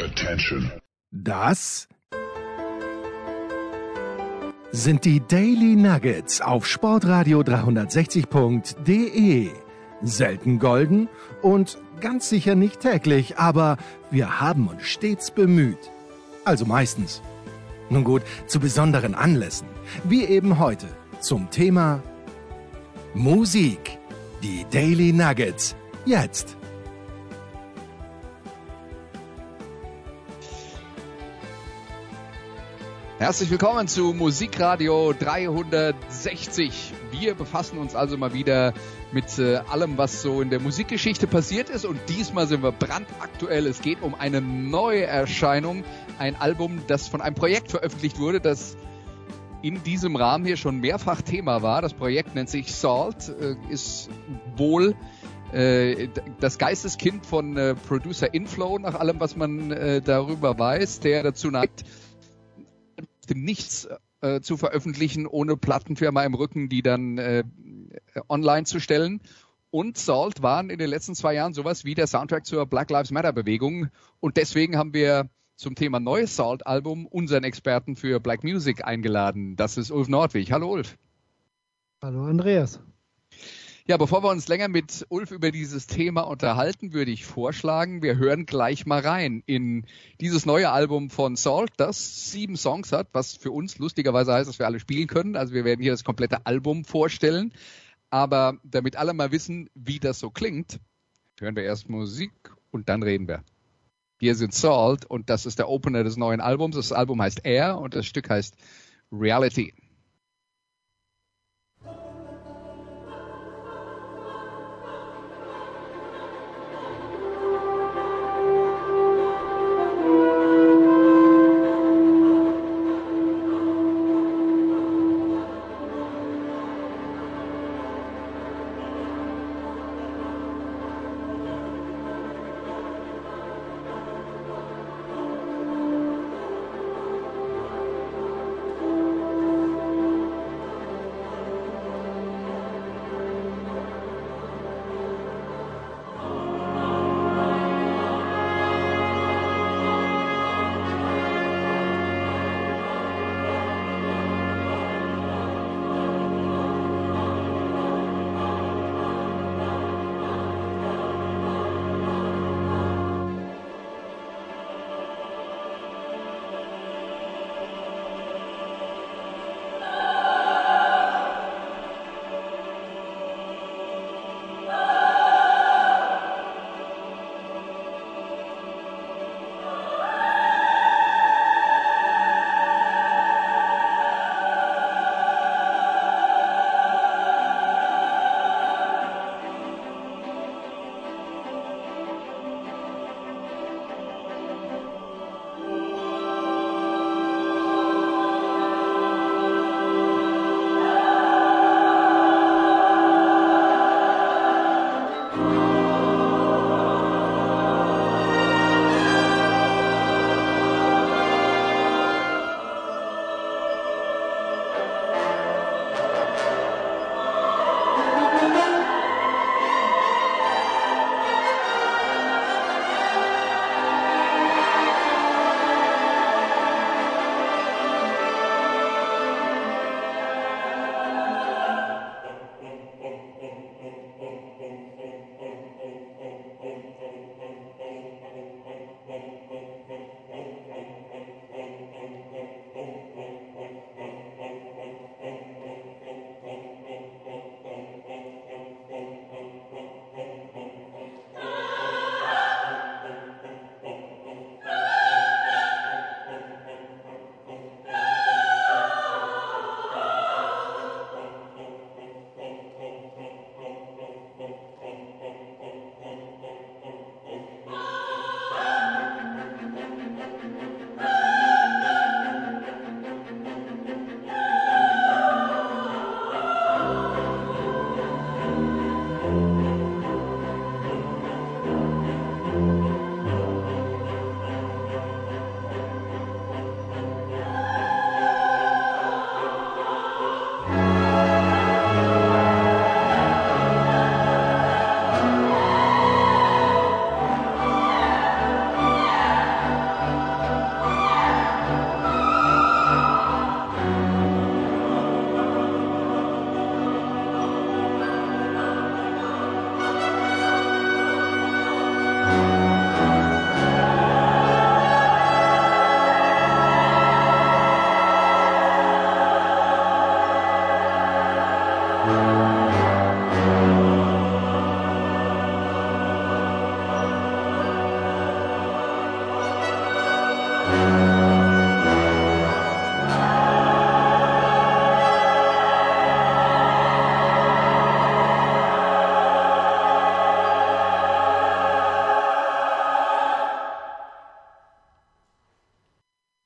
Attention. Das sind die Daily Nuggets auf Sportradio 360.de. Selten golden und ganz sicher nicht täglich, aber wir haben uns stets bemüht. Also meistens. Nun gut, zu besonderen Anlässen, wie eben heute, zum Thema Musik. Die Daily Nuggets, jetzt. Herzlich willkommen zu Musikradio 360. Wir befassen uns also mal wieder mit allem, was so in der Musikgeschichte passiert ist. Und diesmal sind wir brandaktuell. Es geht um eine neue Erscheinung, ein Album, das von einem Projekt veröffentlicht wurde, das in diesem Rahmen hier schon mehrfach Thema war. Das Projekt nennt sich Salt, ist wohl das Geisteskind von Producer Inflow, nach allem, was man darüber weiß, der dazu neigt, nichts zu veröffentlichen, ohne Plattenfirma im Rücken, die dann online zu stellen. Und Salt waren in den letzten 2 Jahren sowas wie der Soundtrack zur Black Lives Matter Bewegung. Und deswegen haben wir zum Thema neues Salt-Album unseren Experten für Black Music eingeladen. Das ist Ulf Nordwig. Hallo Ulf. Hallo Andreas. Ja, bevor wir uns länger mit Ulf über dieses Thema unterhalten, würde ich vorschlagen, wir hören gleich mal rein in dieses neue Album von Salt, das 7 Songs hat, was für uns lustigerweise heißt, dass wir alle spielen können. Also wir werden hier das komplette Album vorstellen. Aber damit alle mal wissen, wie das so klingt, hören wir erst Musik und dann reden wir. Hier sind Salt und das ist der Opener des neuen Albums. Das Album heißt Air und das Stück heißt Reality.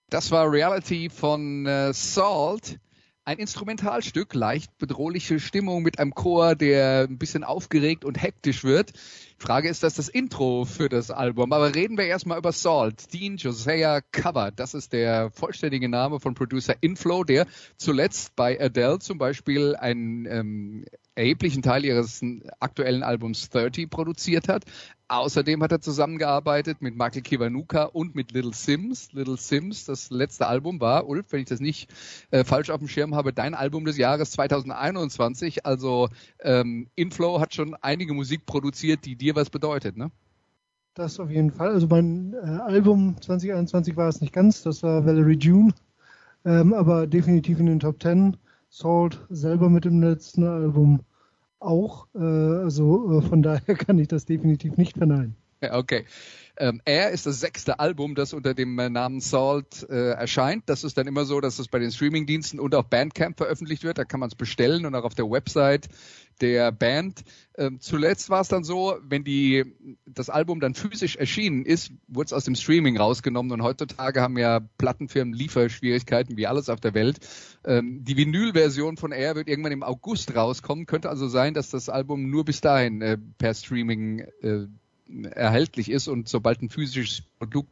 Das war Reality von Salt. Ein Instrumentalstück, leicht bedrohliche Stimmung mit einem Chor, der ein bisschen aufgeregt und hektisch wird. Frage ist, das Intro für das Album. Aber reden wir erstmal über Salt. Dean Josiah Cover. Das ist der vollständige Name von Producer Inflo, der zuletzt bei Adele zum Beispiel einen erheblichen Teil ihres aktuellen Albums 30 produziert hat. Außerdem hat er zusammengearbeitet mit Michael Kiwanuka und mit Little Sims. Little Sims, das letzte Album war, Ulf, wenn ich das nicht falsch auf dem Schirm habe, dein Album des Jahres 2021. Also Inflo hat schon einige Musik produziert, die dir was bedeutet, ne? Das auf jeden Fall. Also mein Album 2021 war es nicht ganz, das war Valerie June, aber definitiv in den Top 10. Salt selber mit dem letzten Album auch, von daher kann ich das definitiv nicht verneinen. Okay. Air ist das 6. Album, das unter dem Namen Salt erscheint. Das ist dann immer so, dass es bei den Streamingdiensten und auf Bandcamp veröffentlicht wird. Da kann man es bestellen und auch auf der Website der Band. Zuletzt war es dann so, wenn das Album dann physisch erschienen ist, wurde es aus dem Streaming rausgenommen und heutzutage haben ja Plattenfirmen Lieferschwierigkeiten wie alles auf der Welt. Die Vinyl-Version von Air wird irgendwann im August rauskommen. Könnte also sein, dass das Album nur bis dahin per Streaming erhältlich ist und sobald ein physisches Produkt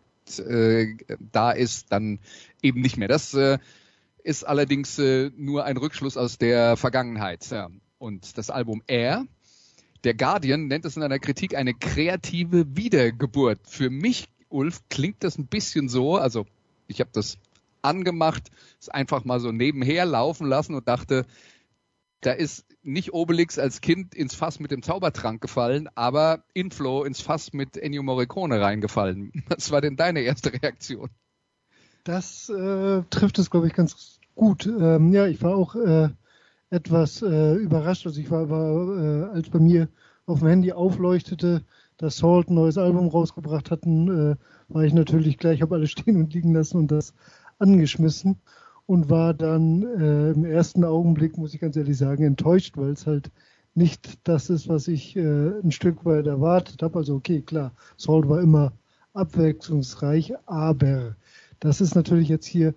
da ist, dann eben nicht mehr. Das ist allerdings nur ein Rückschluss aus der Vergangenheit. Ja. Und das Album Air, der Guardian nennt es in einer Kritik eine kreative Wiedergeburt. Für mich, Ulf, klingt das ein bisschen so, also ich habe das angemacht, es einfach mal so nebenher laufen lassen und dachte, da ist nicht Obelix als Kind ins Fass mit dem Zaubertrank gefallen, aber Inflo ins Fass mit Ennio Morricone reingefallen. Was war denn deine erste Reaktion? Das trifft es, glaube ich, ganz gut. Ja, ich war auch etwas überrascht. Also ich war aber, als bei mir auf dem Handy aufleuchtete, dass Salt ein neues Album rausgebracht hatten, war ich natürlich gleich, habe alles stehen und liegen lassen und das angeschmissen. Und war dann im ersten Augenblick, muss ich ganz ehrlich sagen, enttäuscht, weil es halt nicht das ist, was ich ein Stück weit erwartet habe. Also okay, klar, Salt war immer abwechslungsreich, aber das ist natürlich jetzt hier,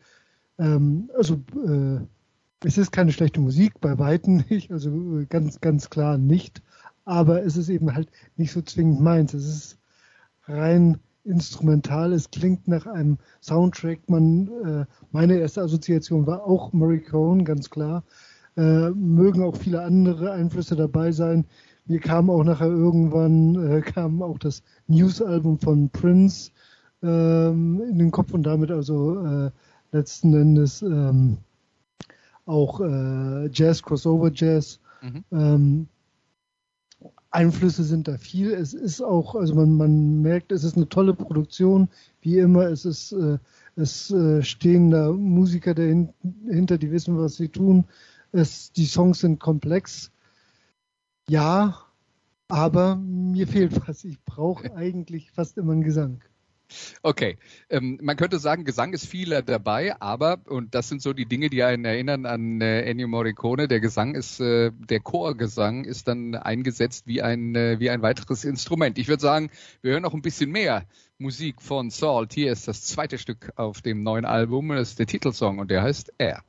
es ist keine schlechte Musik, bei Weitem nicht, also ganz, ganz klar nicht, aber es ist eben halt nicht so zwingend meins. Es ist rein instrumental, es klingt nach einem Soundtrack. Meine erste Assoziation war auch Morricone, ganz klar. Mögen auch viele andere Einflüsse dabei sein. Mir kam auch nachher irgendwann kam auch das News-Album von Prince in den Kopf und damit also letzten Endes auch Jazz, Crossover Jazz. Mhm. Einflüsse sind da viel. Es ist auch, also man merkt, es ist eine tolle Produktion, wie immer. Es stehen da Musiker dahinter, die wissen, was sie tun. Die Songs sind komplex. Ja, aber mir fehlt was. Ich brauche eigentlich fast immer einen Gesang. Okay, man könnte sagen, Gesang ist viel dabei, aber, und das sind so die Dinge, die einen erinnern an Ennio Morricone, der Gesang ist, der Chorgesang ist dann eingesetzt wie ein weiteres Instrument. Ich würde sagen, wir hören noch ein bisschen mehr Musik von Salt. Hier ist das zweite Stück auf dem neuen Album, das ist der Titelsong und der heißt Air.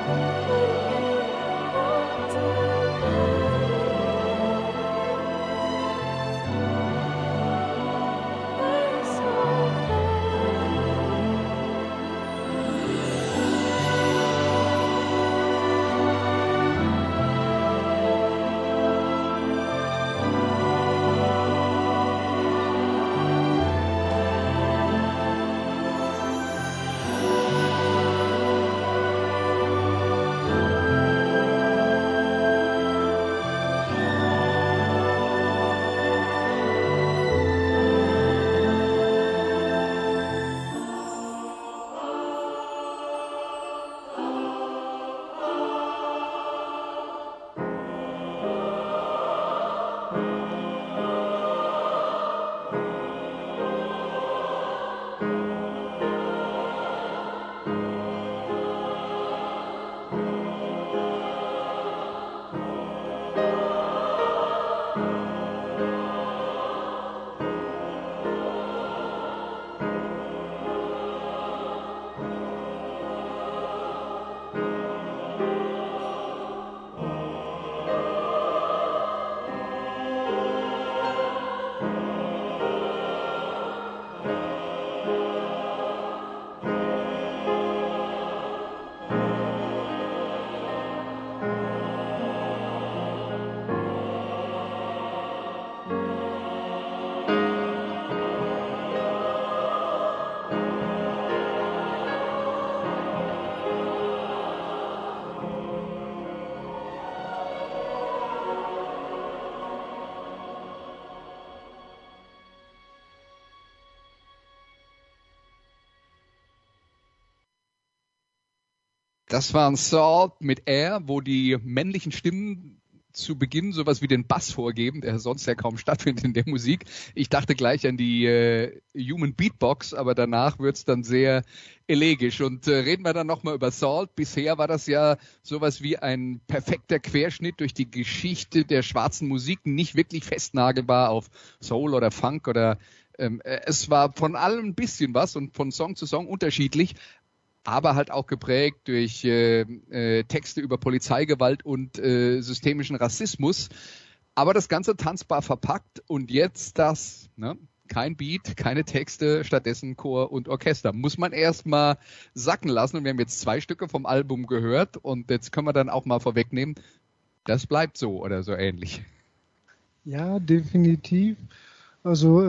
Das war ein Salt mit Air, wo die männlichen Stimmen zu Beginn sowas wie den Bass vorgeben, der sonst ja kaum stattfindet in der Musik. Ich dachte gleich an die Human Beatbox, aber danach wird's dann sehr elegisch. Und reden wir dann nochmal über Salt. Bisher war das ja sowas wie ein perfekter Querschnitt durch die Geschichte der schwarzen Musik, nicht wirklich festnagelbar auf Soul oder Funk oder es war von allem ein bisschen was und von Song zu Song unterschiedlich, aber halt auch geprägt durch Texte über Polizeigewalt und systemischen Rassismus. Aber das Ganze tanzbar verpackt und jetzt das, ne? Kein Beat, keine Texte, stattdessen Chor und Orchester. Muss man erstmal sacken lassen. Und wir haben jetzt 2 Stücke vom Album gehört und jetzt können wir dann auch mal vorwegnehmen, das bleibt so oder so ähnlich. Ja, definitiv. Also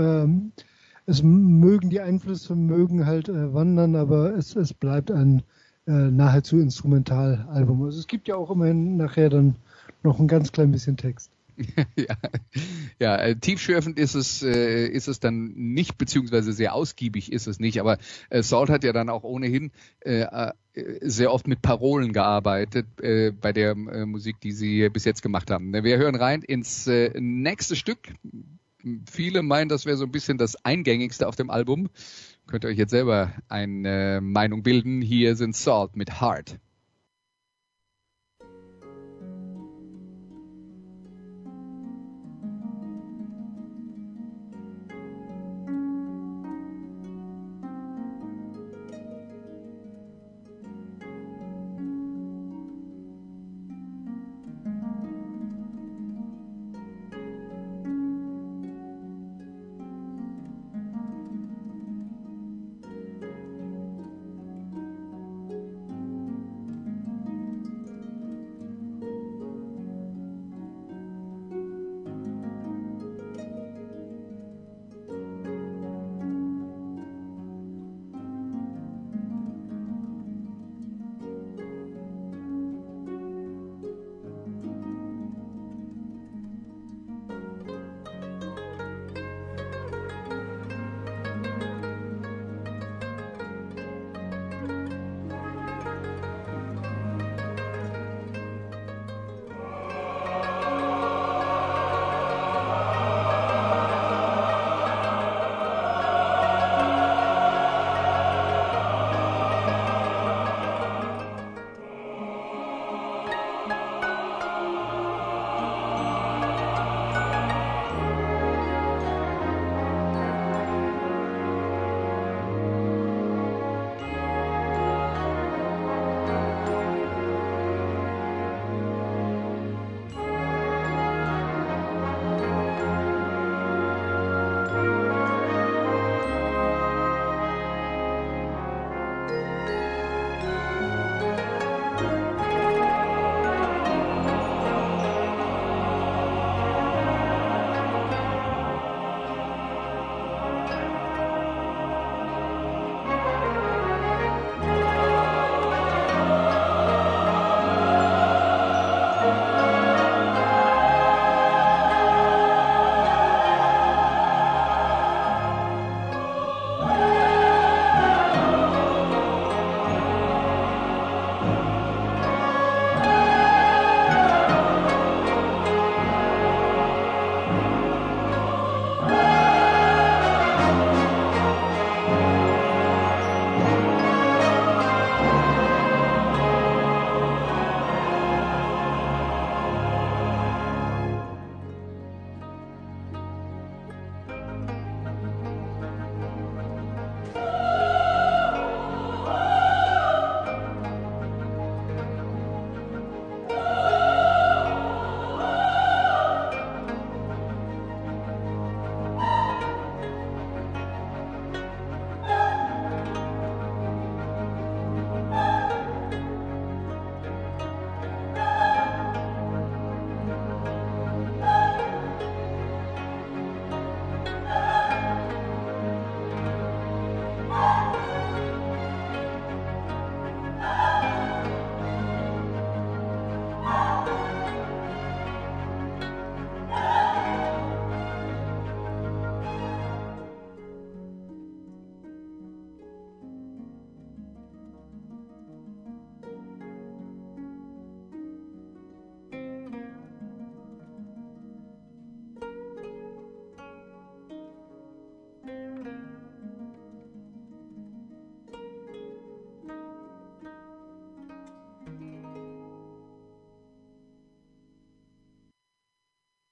es mögen die Einflüsse mögen halt wandern, aber es bleibt ein nahezu Instrumentalalbum. Also es gibt ja auch immerhin nachher dann noch ein ganz klein bisschen Text. Tiefschürfend ist es dann nicht, beziehungsweise sehr ausgiebig ist es nicht, aber Salt hat ja dann auch ohnehin sehr oft mit Parolen gearbeitet bei der Musik, die sie bis jetzt gemacht haben. Wir hören rein ins nächste Stück. Viele meinen, das wäre so ein bisschen das Eingängigste auf dem Album. Könnt ihr euch jetzt selber eine Meinung bilden. Hier sind Salt mit Heart.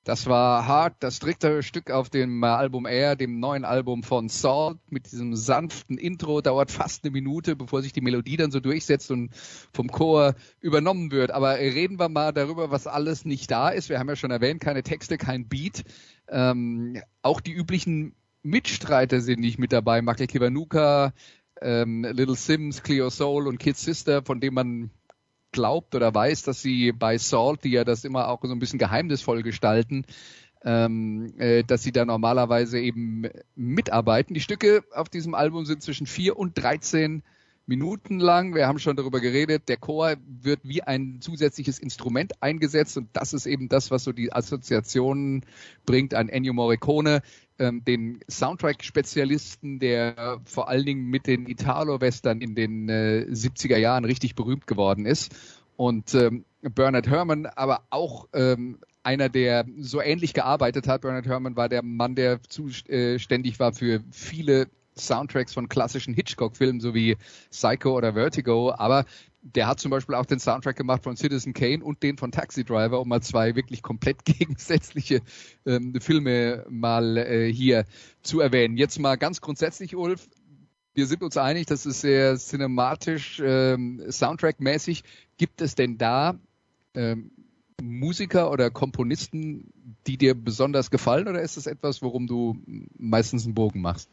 Das war Hard, das dritte Stück auf dem Album Air, dem neuen Album von Salt, mit diesem sanften Intro. Dauert fast eine Minute, bevor sich die Melodie dann so durchsetzt und vom Chor übernommen wird. Aber reden wir mal darüber, was alles nicht da ist. Wir haben ja schon erwähnt, keine Texte, kein Beat. Auch die üblichen Mitstreiter sind nicht mit dabei. Michael Kiwanuka, Little Sims, Cleo Soul und Kid Sister, von denen man glaubt oder weiß, dass sie bei Salt, die ja das immer auch so ein bisschen geheimnisvoll gestalten, dass sie da normalerweise eben mitarbeiten. Die Stücke auf diesem Album sind zwischen 4 und 13 Minuten lang. Wir haben schon darüber geredet. Der Chor wird wie ein zusätzliches Instrument eingesetzt und das ist eben das, was so die Assoziationen bringt an Ennio Morricone, den Soundtrack-Spezialisten, der vor allen Dingen mit den Italo-Western in den 70er Jahren richtig berühmt geworden ist. Und Bernard Herrmann, aber auch einer, der so ähnlich gearbeitet hat. Bernard Herrmann war der Mann, der zuständig war für viele Soundtracks von klassischen Hitchcock-Filmen, so wie Psycho oder Vertigo, aber der hat zum Beispiel auch den Soundtrack gemacht von Citizen Kane und den von Taxi Driver, um mal zwei wirklich komplett gegensätzliche Filme mal hier zu erwähnen. Jetzt mal ganz grundsätzlich, Ulf, wir sind uns einig, das ist sehr cinematisch, Soundtrack-mäßig. Gibt es denn da Musiker oder Komponisten, die dir besonders gefallen, oder ist es etwas, worum du meistens einen Bogen machst?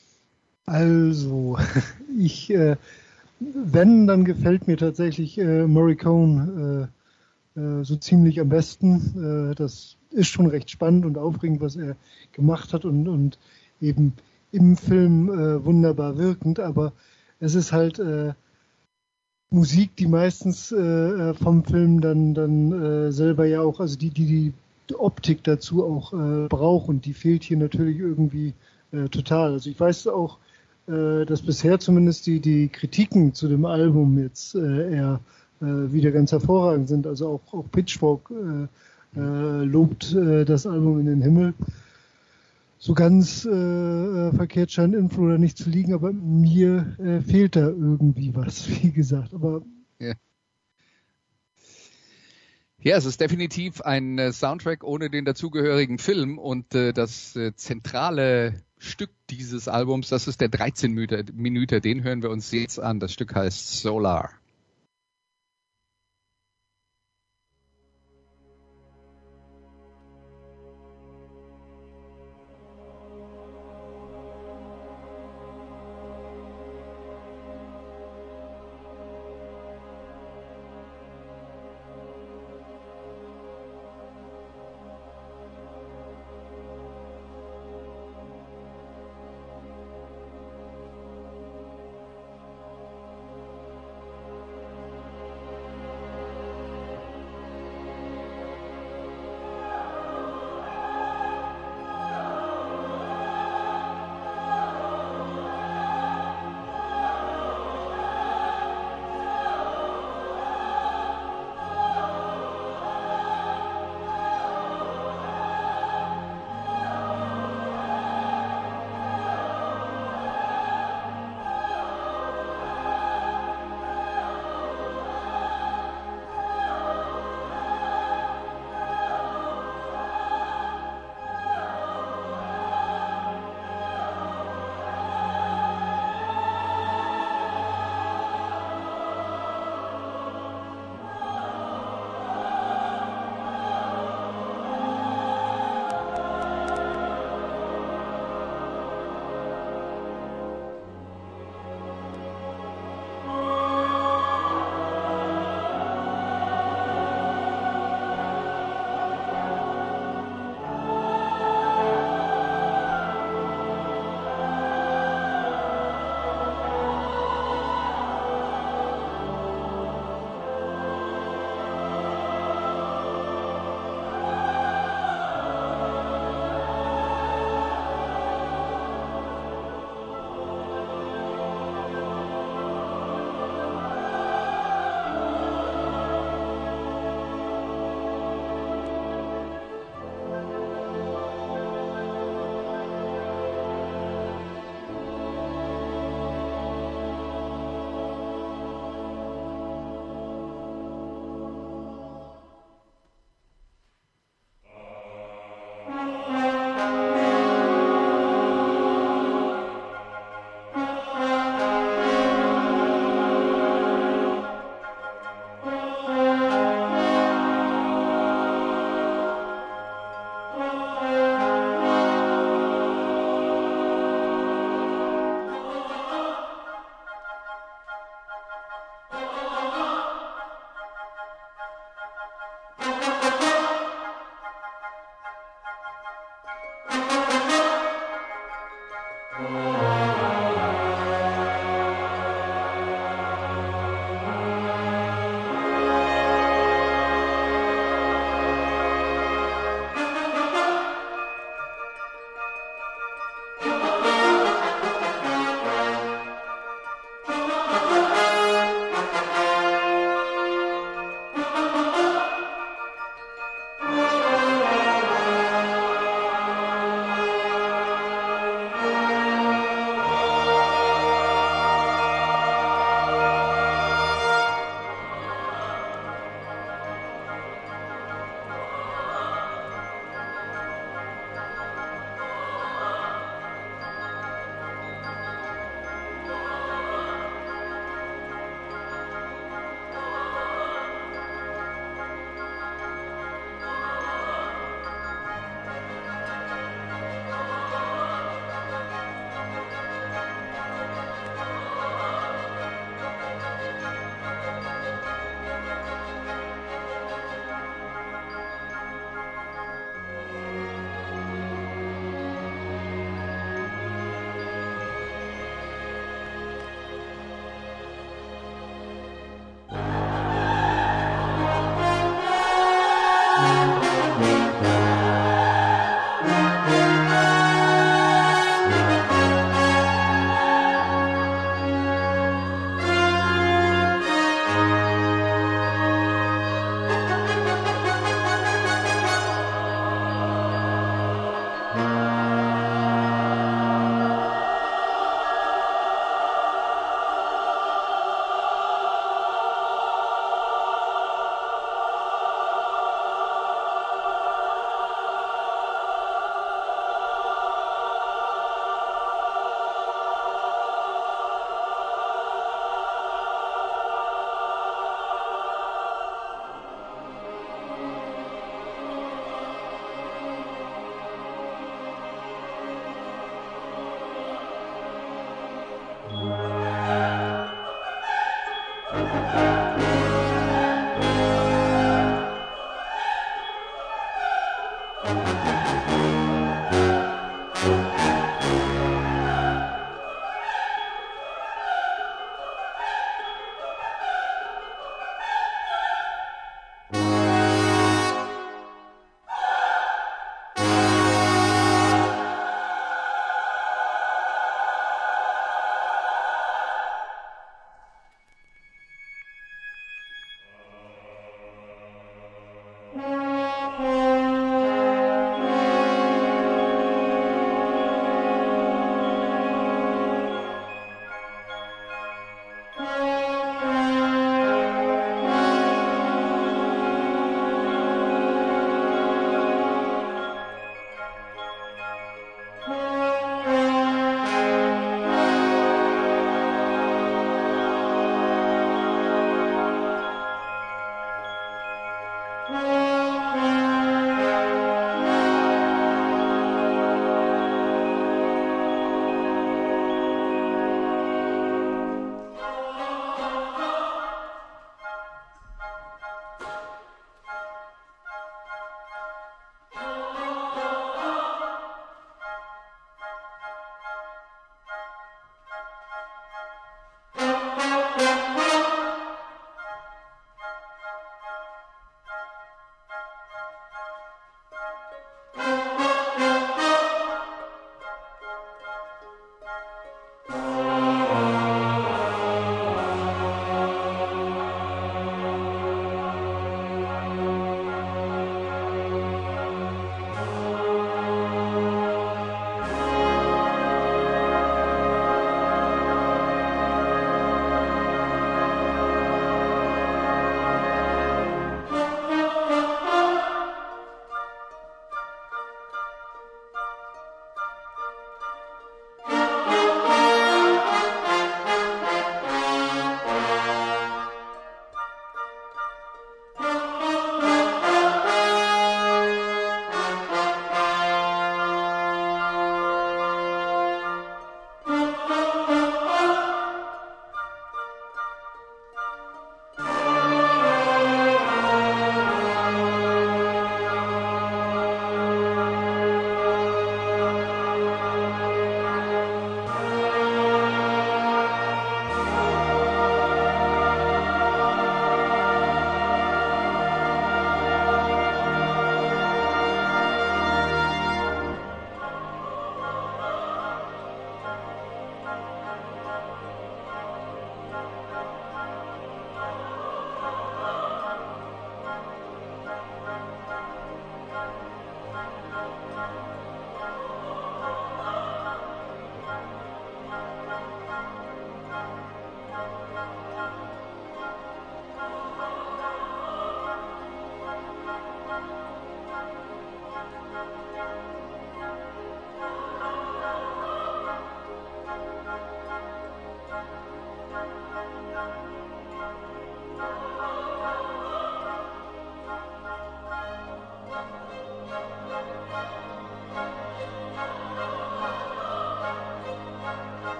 Also, wenn, dann gefällt mir tatsächlich Morricone so ziemlich am besten. Das ist schon recht spannend und aufregend, was er gemacht hat und eben im Film wunderbar wirkend, aber es ist halt Musik, die meistens vom Film dann selber ja auch, also die Optik dazu auch braucht und die fehlt hier natürlich irgendwie total. Also ich weiß auch, dass bisher zumindest die Kritiken zu dem Album jetzt eher wieder ganz hervorragend sind. Also auch Pitchfork lobt das Album in den Himmel. So ganz verkehrt scheint Influencer nicht zu liegen, aber mir fehlt da irgendwie was, wie gesagt. Aber ja, es ist definitiv ein Soundtrack ohne den dazugehörigen Film und das zentrale Stück dieses Albums, das ist der 13 Minuten, den hören wir uns jetzt an. Das Stück heißt Solar.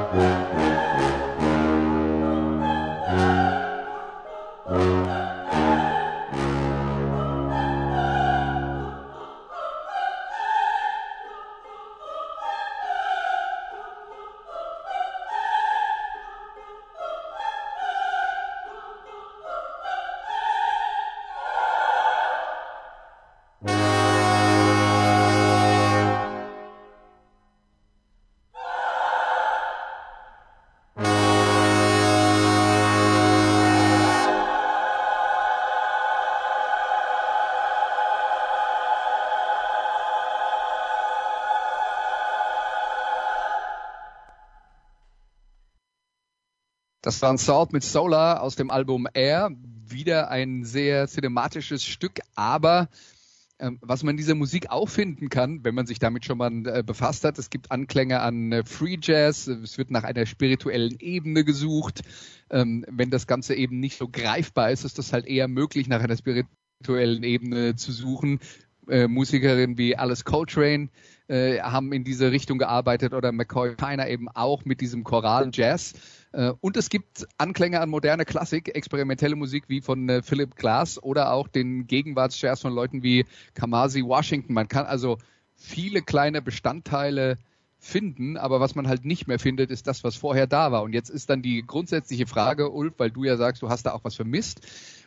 Das war ein Salt mit Solar aus dem Album Air. Wieder ein sehr cinematisches Stück, aber was man in dieser Musik auch finden kann, wenn man sich damit schon mal befasst hat, es gibt Anklänge an Free Jazz, es wird nach einer spirituellen Ebene gesucht. Wenn das Ganze eben nicht so greifbar ist, ist das halt eher möglich, nach einer spirituellen Ebene zu suchen. Musikerinnen wie Alice Coltrane haben in diese Richtung gearbeitet oder McCoy Tyner eben auch mit diesem choralen Jazz. Und es gibt Anklänge an moderne Klassik, experimentelle Musik wie von Philip Glass oder auch den Gegenwartsjazz von Leuten wie Kamasi Washington. Man kann also viele kleine Bestandteile finden, aber was man halt nicht mehr findet, ist das, was vorher da war. Und jetzt ist dann die grundsätzliche Frage, Ulf, weil du ja sagst, du hast da auch was vermisst.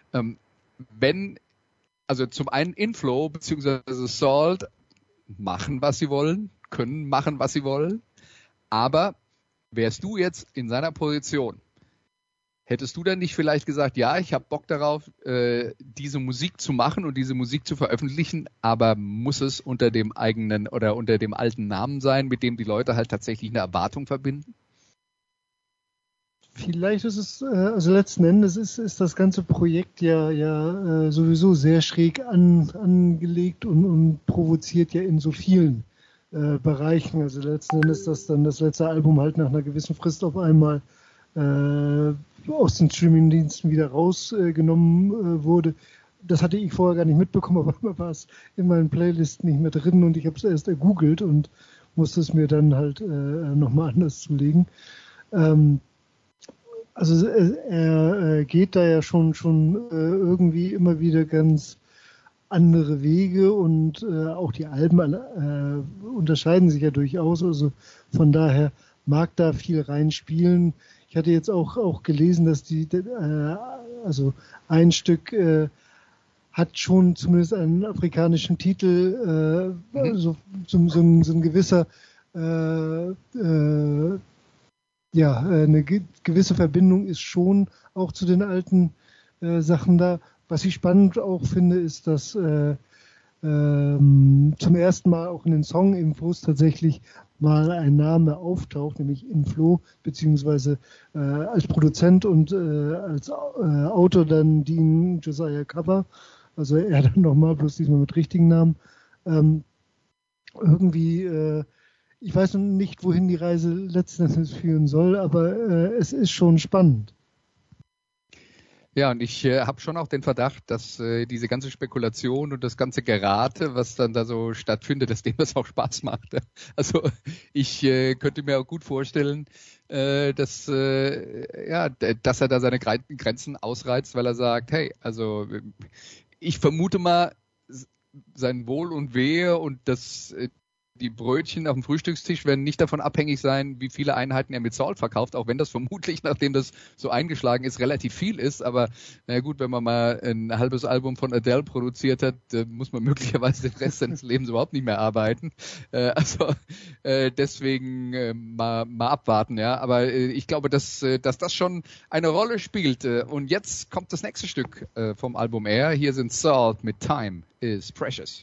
Also zum einen Inflow bzw. Salt machen, was sie wollen, können machen, was sie wollen, aber wärst du jetzt in seiner Position, hättest du dann nicht vielleicht gesagt, ja, ich habe Bock darauf, diese Musik zu machen und diese Musik zu veröffentlichen, aber muss es unter dem eigenen oder unter dem alten Namen sein, mit dem die Leute halt tatsächlich eine Erwartung verbinden? Vielleicht ist es, also letzten Endes ist das ganze Projekt ja sowieso sehr schräg angelegt und provoziert ja in so vielen Bereichen. Also letzten Endes, dass dann das letzte Album halt nach einer gewissen Frist auf einmal aus den Streamingdiensten wieder rausgenommen wurde. Das hatte ich vorher gar nicht mitbekommen, aber einmal war es in meinen Playlisten nicht mehr drin und ich habe es erst ergoogelt und musste es mir dann halt nochmal anders zulegen. Also er geht da ja schon irgendwie immer wieder ganz andere Wege und auch die Alben unterscheiden sich ja durchaus. Also von daher mag da viel reinspielen. Ich hatte jetzt auch gelesen, dass also ein Stück hat schon zumindest einen afrikanischen Titel, so ein gewisser eine gewisse Verbindung ist schon auch zu den alten Sachen da. Was ich spannend auch finde, ist, dass zum ersten Mal auch in den Song-Infos tatsächlich mal ein Name auftaucht, nämlich Inflo, beziehungsweise als Produzent und als Autor dann Dean Josiah Cover. Also er dann nochmal, bloß diesmal mit richtigen Namen. Ich weiß noch nicht, wohin die Reise letzten Endes führen soll, aber es ist schon spannend. Ja, und ich habe schon auch den Verdacht, dass diese ganze Spekulation und das ganze Gerate, was dann da so stattfindet, dass dem das auch Spaß macht. Also ich könnte mir auch gut vorstellen, dass er da seine Grenzen ausreizt, weil er sagt, hey, also ich vermute mal, sein Wohl und Wehe und das die Brötchen auf dem Frühstückstisch werden nicht davon abhängig sein, wie viele Einheiten er mit Salt verkauft, auch wenn das vermutlich, nachdem das so eingeschlagen ist, relativ viel ist. Aber na gut, wenn man mal ein halbes Album von Adele produziert hat, muss man möglicherweise den Rest seines Lebens überhaupt nicht mehr arbeiten. Deswegen mal abwarten, ja. Aber ich glaube, dass das schon eine Rolle spielt. Und jetzt kommt das nächste Stück vom Album Air. Hier sind Salt mit Time is Precious.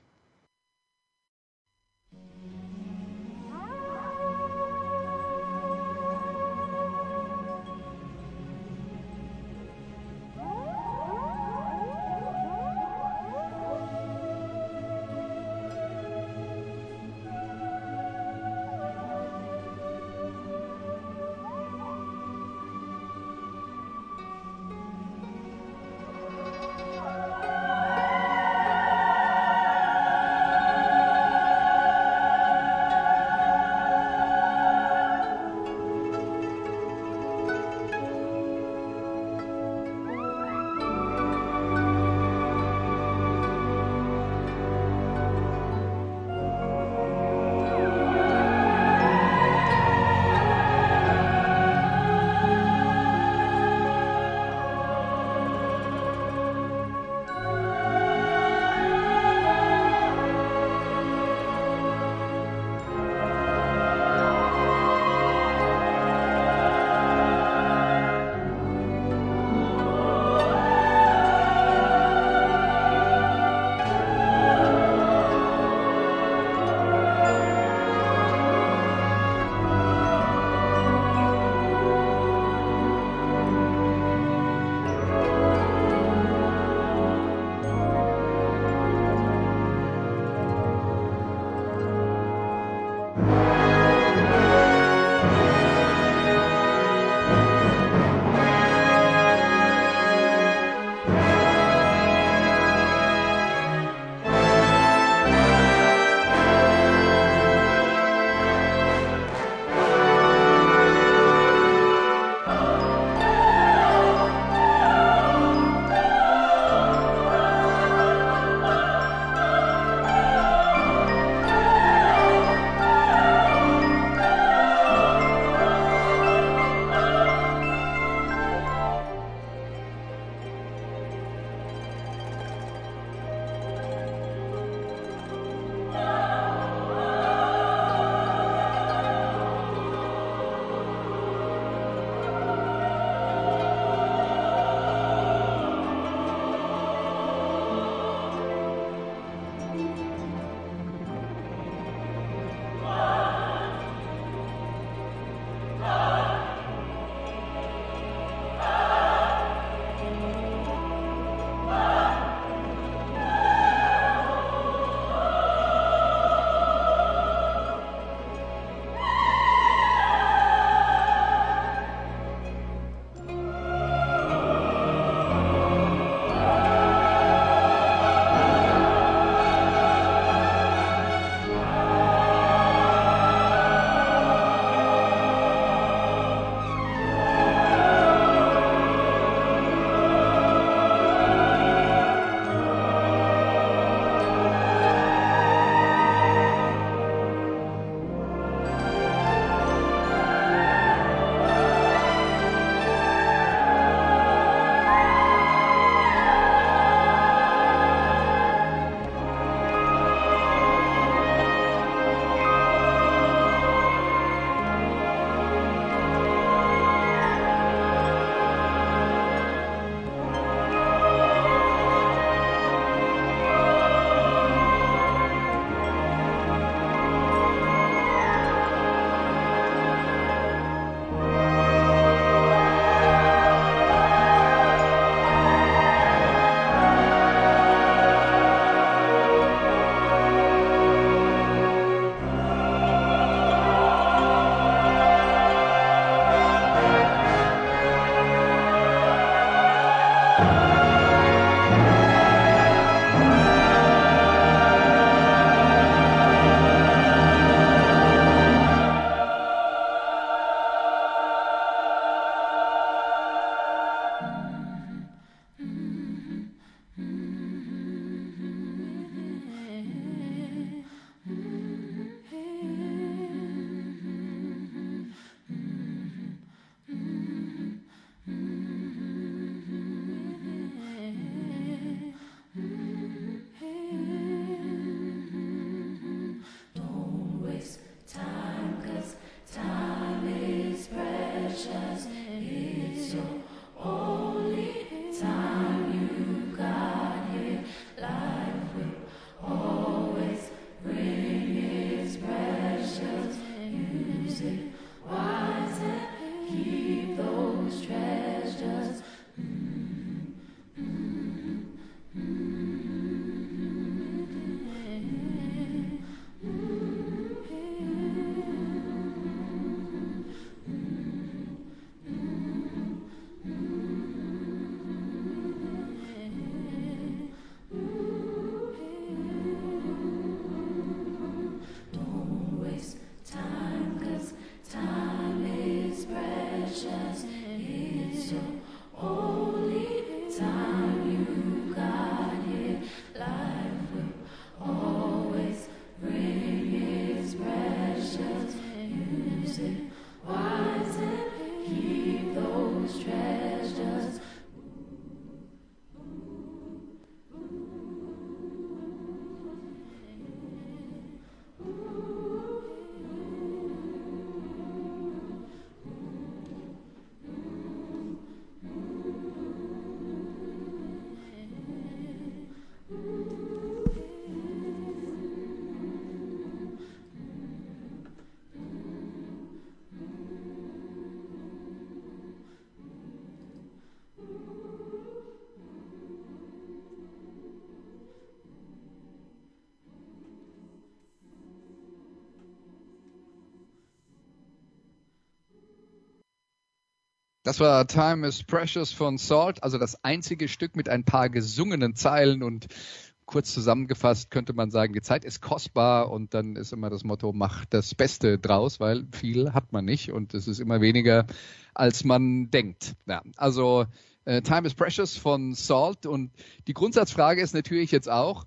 Das war Time is Precious von Salt, also das einzige Stück mit ein paar gesungenen Zeilen und kurz zusammengefasst könnte man sagen, die Zeit ist kostbar und dann ist immer das Motto, mach das Beste draus, weil viel hat man nicht und es ist immer weniger, als man denkt. Ja, also Time is Precious von Salt und die Grundsatzfrage ist natürlich jetzt auch,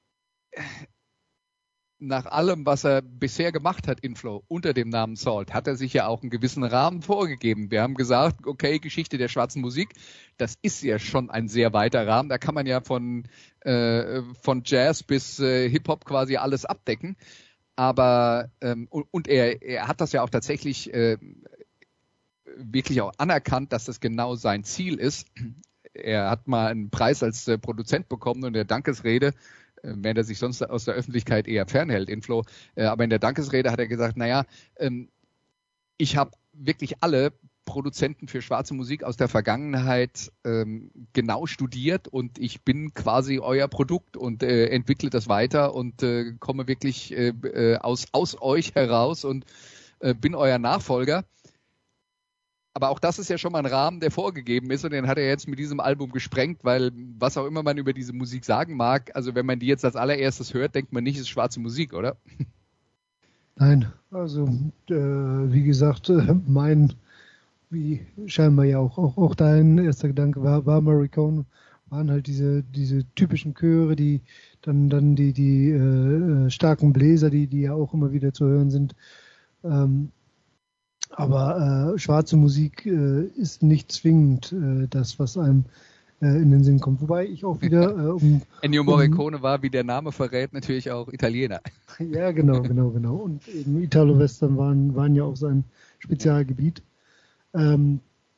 nach allem, was er bisher gemacht hat, Inflo, unter dem Namen Salt, hat er sich ja auch einen gewissen Rahmen vorgegeben. Wir haben gesagt, okay, Geschichte der schwarzen Musik, das ist ja schon ein sehr weiter Rahmen. Da kann man ja von Jazz bis Hip-Hop quasi alles abdecken. Aber, und er hat das ja auch tatsächlich wirklich auch anerkannt, dass das genau sein Ziel ist. Er hat mal einen Preis als Produzent bekommen und in der Dankesrede, während er sich sonst aus der Öffentlichkeit eher fernhält, Inflo. Aber in der Dankesrede hat er gesagt, ich habe wirklich alle Produzenten für schwarze Musik aus der Vergangenheit genau studiert und ich bin quasi euer Produkt und entwickle das weiter und komme wirklich aus euch heraus und bin euer Nachfolger. Aber auch das ist ja schon mal ein Rahmen, der vorgegeben ist und den hat er jetzt mit diesem Album gesprengt, weil was auch immer man über diese Musik sagen mag, also wenn man die jetzt als allererstes hört, denkt man nicht, es ist schwarze Musik, oder? Nein, also wie gesagt, wie scheinbar ja auch dein erster Gedanke war Morricone, waren halt diese typischen Chöre, die dann die starken Bläser, die ja auch immer wieder zu hören sind. Aber schwarze Musik ist nicht zwingend das, was einem in den Sinn kommt. Wobei ich auch wieder... Ennio Morricone war, wie der Name verrät, natürlich auch Italiener. Ja, genau. Und eben Italo-Western waren ja auch sein Spezialgebiet. Nein,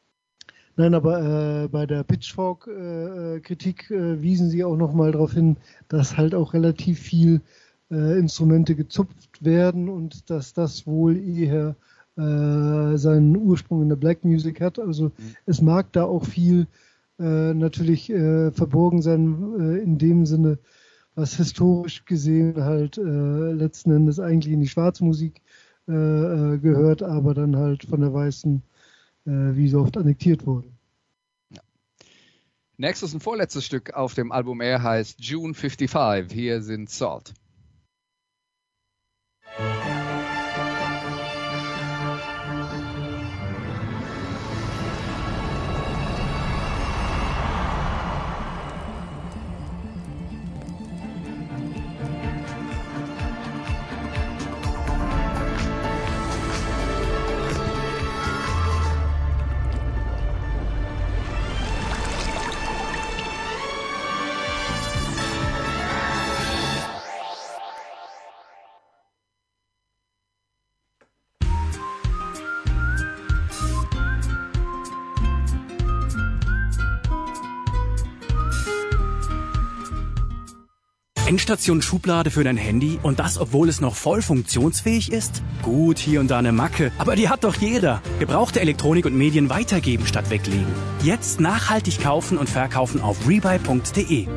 aber bei der Pitchfork-Kritik wiesen sie auch nochmal darauf hin, dass halt auch relativ viel Instrumente gezupft werden und dass das wohl eher seinen Ursprung in der Black Music hat. Also es mag da auch viel natürlich verborgen sein, in dem Sinne, was historisch gesehen halt letzten Endes eigentlich in die schwarze Musik gehört, aber dann halt von der weißen wie so oft annektiert wurde. Ja. Nächstes und vorletztes Stück auf dem Album Air heißt June 55. Hier sind Salt. Endstation Schublade für dein Handy und das, obwohl es noch voll funktionsfähig ist? Gut, hier und da eine Macke, aber die hat doch jeder. Gebrauchte Elektronik und Medien weitergeben statt weglegen. Jetzt nachhaltig kaufen und verkaufen auf rebuy.de.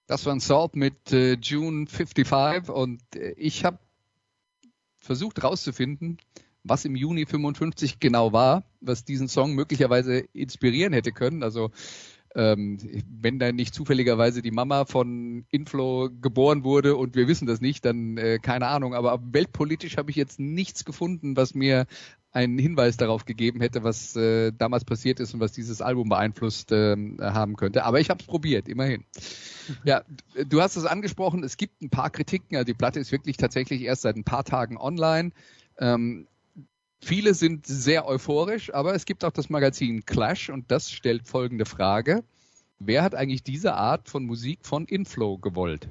Das war ein Salt mit June 55 und ich habe versucht rauszufinden, was im Juni 55 genau war, was diesen Song möglicherweise inspirieren hätte können. Also wenn da nicht zufälligerweise die Mama von Inflo geboren wurde und wir wissen das nicht, dann keine Ahnung. Aber weltpolitisch habe ich jetzt nichts gefunden, was mir einen Hinweis darauf gegeben hätte, was damals passiert ist und was dieses Album beeinflusst haben könnte. Aber ich habe es probiert, immerhin. Ja, du hast es angesprochen, es gibt ein paar Kritiken. Also die Platte ist wirklich tatsächlich erst seit ein paar Tagen online. Viele sind sehr euphorisch, aber es gibt auch das Magazin Clash und das stellt folgende Frage. Wer hat eigentlich diese Art von Musik von Inflo gewollt?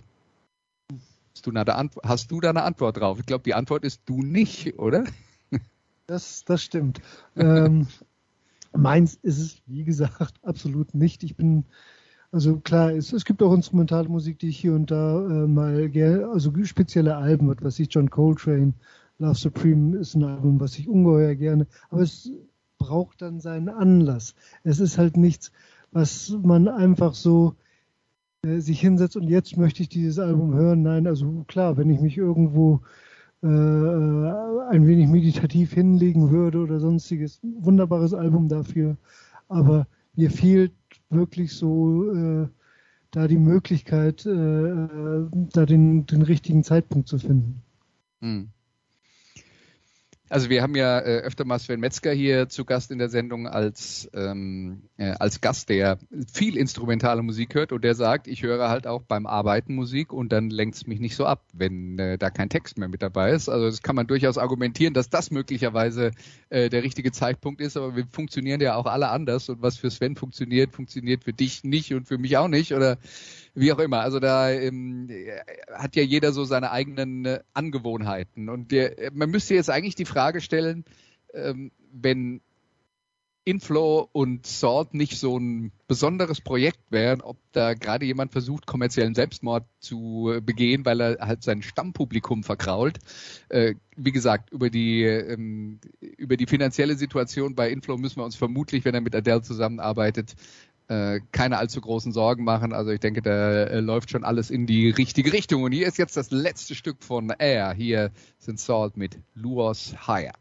Hast du da eine Antwort drauf? Ich glaube, die Antwort ist du nicht, oder? Das stimmt. Meins ist es, wie gesagt, absolut nicht. Also klar, es gibt auch instrumentale Musik, die ich hier und da mal gerne, also spezielle Alben, was weiß ich, John Coltrane, Love Supreme ist ein Album, was ich ungeheuer gerne, aber es braucht dann seinen Anlass. Es ist halt nichts, was man einfach so sich hinsetzt und jetzt möchte ich dieses Album hören. Nein, also klar, wenn ich mich irgendwo ein wenig meditativ hinlegen würde oder sonstiges, wunderbares Album dafür, aber mir fehlt wirklich so da die Möglichkeit, da den richtigen Zeitpunkt zu finden. Hm. Also wir haben ja öfter mal Sven Metzger hier zu Gast in der Sendung als Gast, der viel instrumentale Musik hört und der sagt, ich höre halt auch beim Arbeiten Musik und dann lenkt es mich nicht so ab, wenn da kein Text mehr mit dabei ist. Also das kann man durchaus argumentieren, dass das möglicherweise der richtige Zeitpunkt ist, aber wir funktionieren ja auch alle anders und was für Sven funktioniert, funktioniert für dich nicht und für mich auch nicht oder wie auch immer. Also da hat ja jeder so seine eigenen Angewohnheiten und man müsste jetzt eigentlich die Frage stellen, wenn Inflo und Salt nicht so ein besonderes Projekt wären, ob da gerade jemand versucht, kommerziellen Selbstmord zu begehen, weil er halt sein Stammpublikum verkrault. Wie gesagt, über die finanzielle Situation bei Inflo müssen wir uns vermutlich, wenn er mit Adele zusammenarbeitet, keine allzu großen Sorgen machen. Also ich denke, da läuft schon alles in die richtige Richtung. Und hier ist jetzt das letzte Stück von Air. Hier sind Salt mit Luos Higher.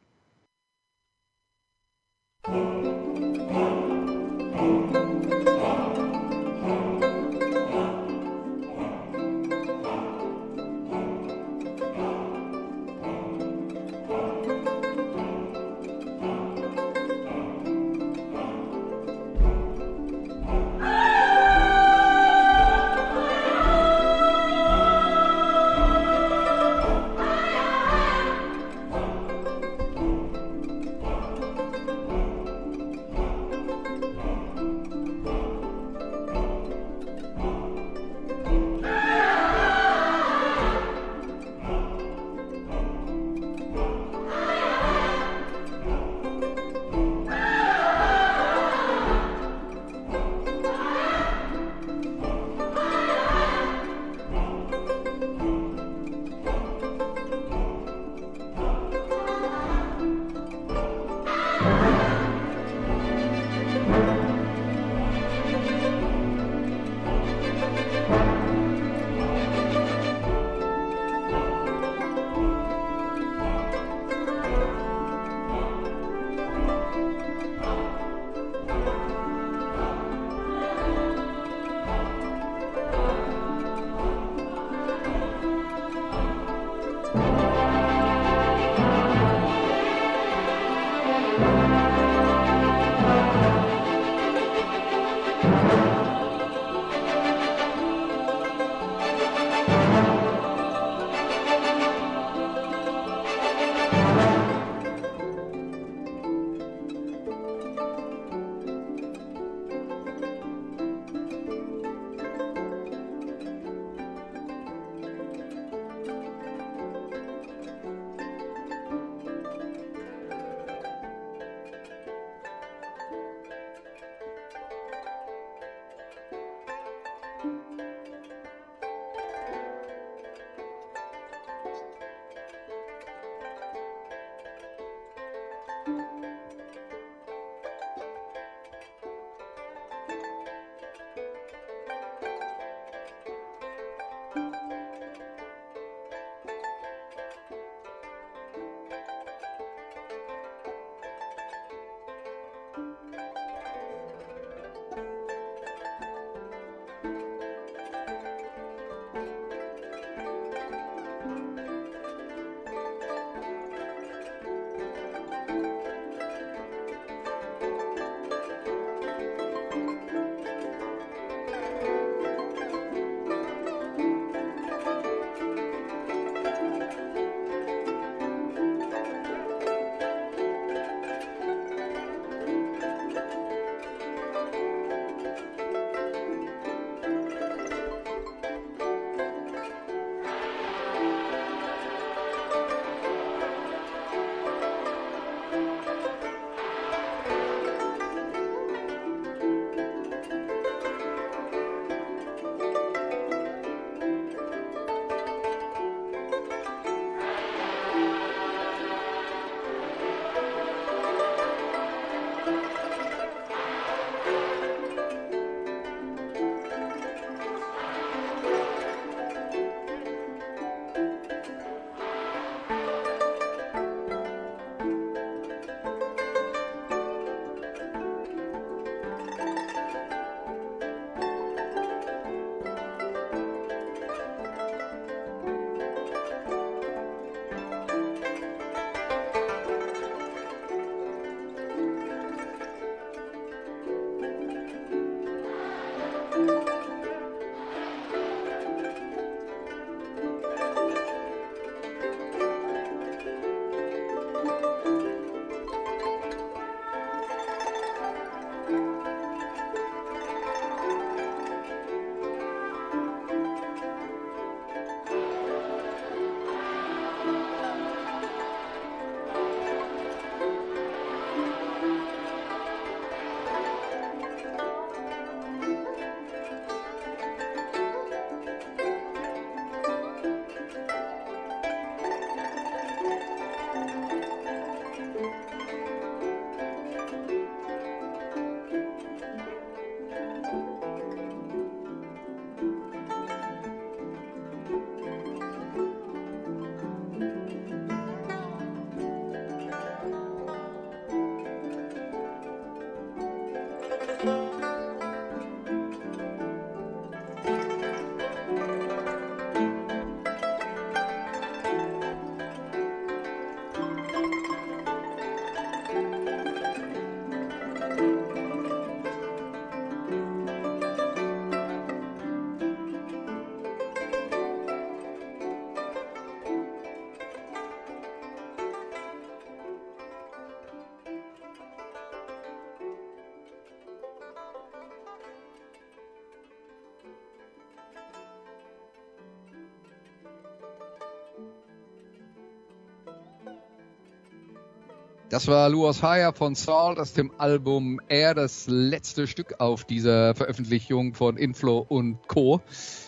Das war Luos Haya von Salt aus dem Album Air, das letzte Stück auf dieser Veröffentlichung von Inflo und Co.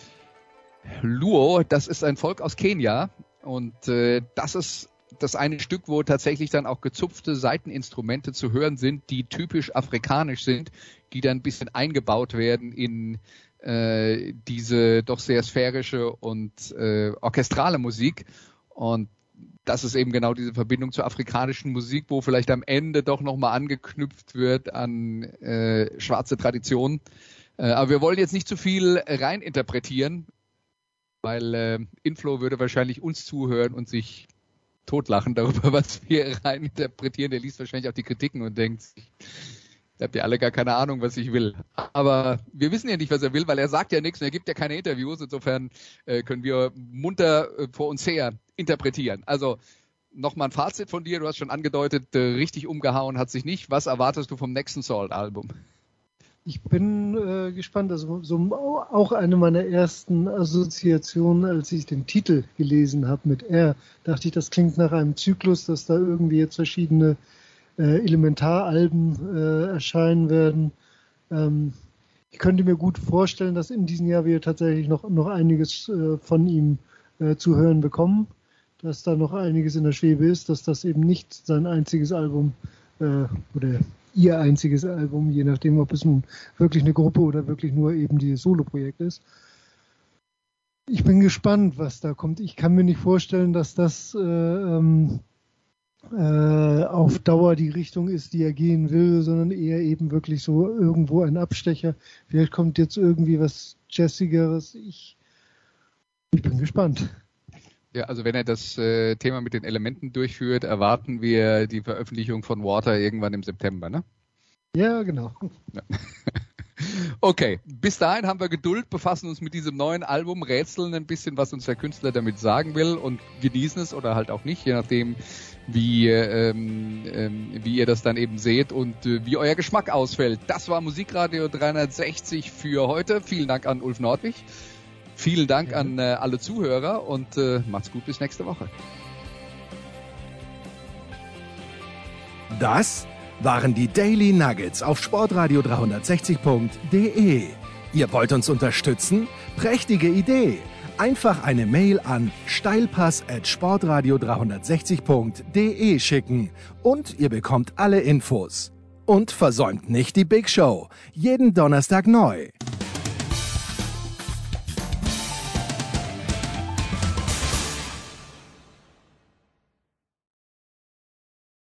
Luo, das ist ein Volk aus Kenia und das ist das eine Stück, wo tatsächlich dann auch gezupfte Saiteninstrumente zu hören sind, die typisch afrikanisch sind, die dann ein bisschen eingebaut werden in diese doch sehr sphärische und orchestrale Musik. Und das ist eben genau diese Verbindung zur afrikanischen Musik, wo vielleicht am Ende doch nochmal angeknüpft wird an schwarze Traditionen. Aber wir wollen jetzt nicht zu viel reininterpretieren, weil Inflo würde wahrscheinlich uns zuhören und sich totlachen darüber, was wir reininterpretieren. Der liest wahrscheinlich auch die Kritiken und denkt, ihr habt ja alle gar keine Ahnung, was ich will. Aber wir wissen ja nicht, was er will, weil er sagt ja nichts und er gibt ja keine Interviews. Insofern können wir munter vor uns her interpretieren. Also nochmal ein Fazit von dir. Du hast schon angedeutet, richtig umgehauen hat sich nicht. Was erwartest du vom nächsten Salt-Album? Ich bin gespannt. Also auch eine meiner ersten Assoziationen, als ich den Titel gelesen habe mit R, dachte ich, das klingt nach einem Zyklus, dass da irgendwie jetzt verschiedene Elementaralben erscheinen werden. Ich könnte mir gut vorstellen, dass in diesem Jahr wir tatsächlich noch einiges von ihm zu hören bekommen, dass da noch einiges in der Schwebe ist, dass das eben nicht sein einziges Album oder ihr einziges Album, je nachdem, ob es nun wirklich eine Gruppe oder wirklich nur eben dieses Solo-Projekt ist. Ich bin gespannt, was da kommt. Ich kann mir nicht vorstellen, dass das auf Dauer die Richtung ist, die er gehen will, sondern eher eben wirklich so irgendwo ein Abstecher. Vielleicht kommt jetzt irgendwie was Jazzigeres. Ich bin gespannt. Ja, also wenn er das Thema mit den Elementen durchführt, erwarten wir die Veröffentlichung von Water irgendwann im September, ne? Ja, genau. Ja. Okay, bis dahin haben wir Geduld, befassen uns mit diesem neuen Album, rätseln ein bisschen, was uns der Künstler damit sagen will und genießen es oder halt auch nicht, je nachdem, wie ihr das dann eben seht und wie euer Geschmack ausfällt. Das war Musikradio 360 für heute. Vielen Dank an Ulf Nordwig. Vielen Dank an alle Zuhörer und macht's gut, bis nächste Woche. Das waren die Daily Nuggets auf sportradio360.de. Ihr wollt uns unterstützen? Prächtige Idee! Einfach eine Mail an steilpass@sportradio360.de schicken und ihr bekommt alle Infos. Und versäumt nicht die Big Show. Jeden Donnerstag neu.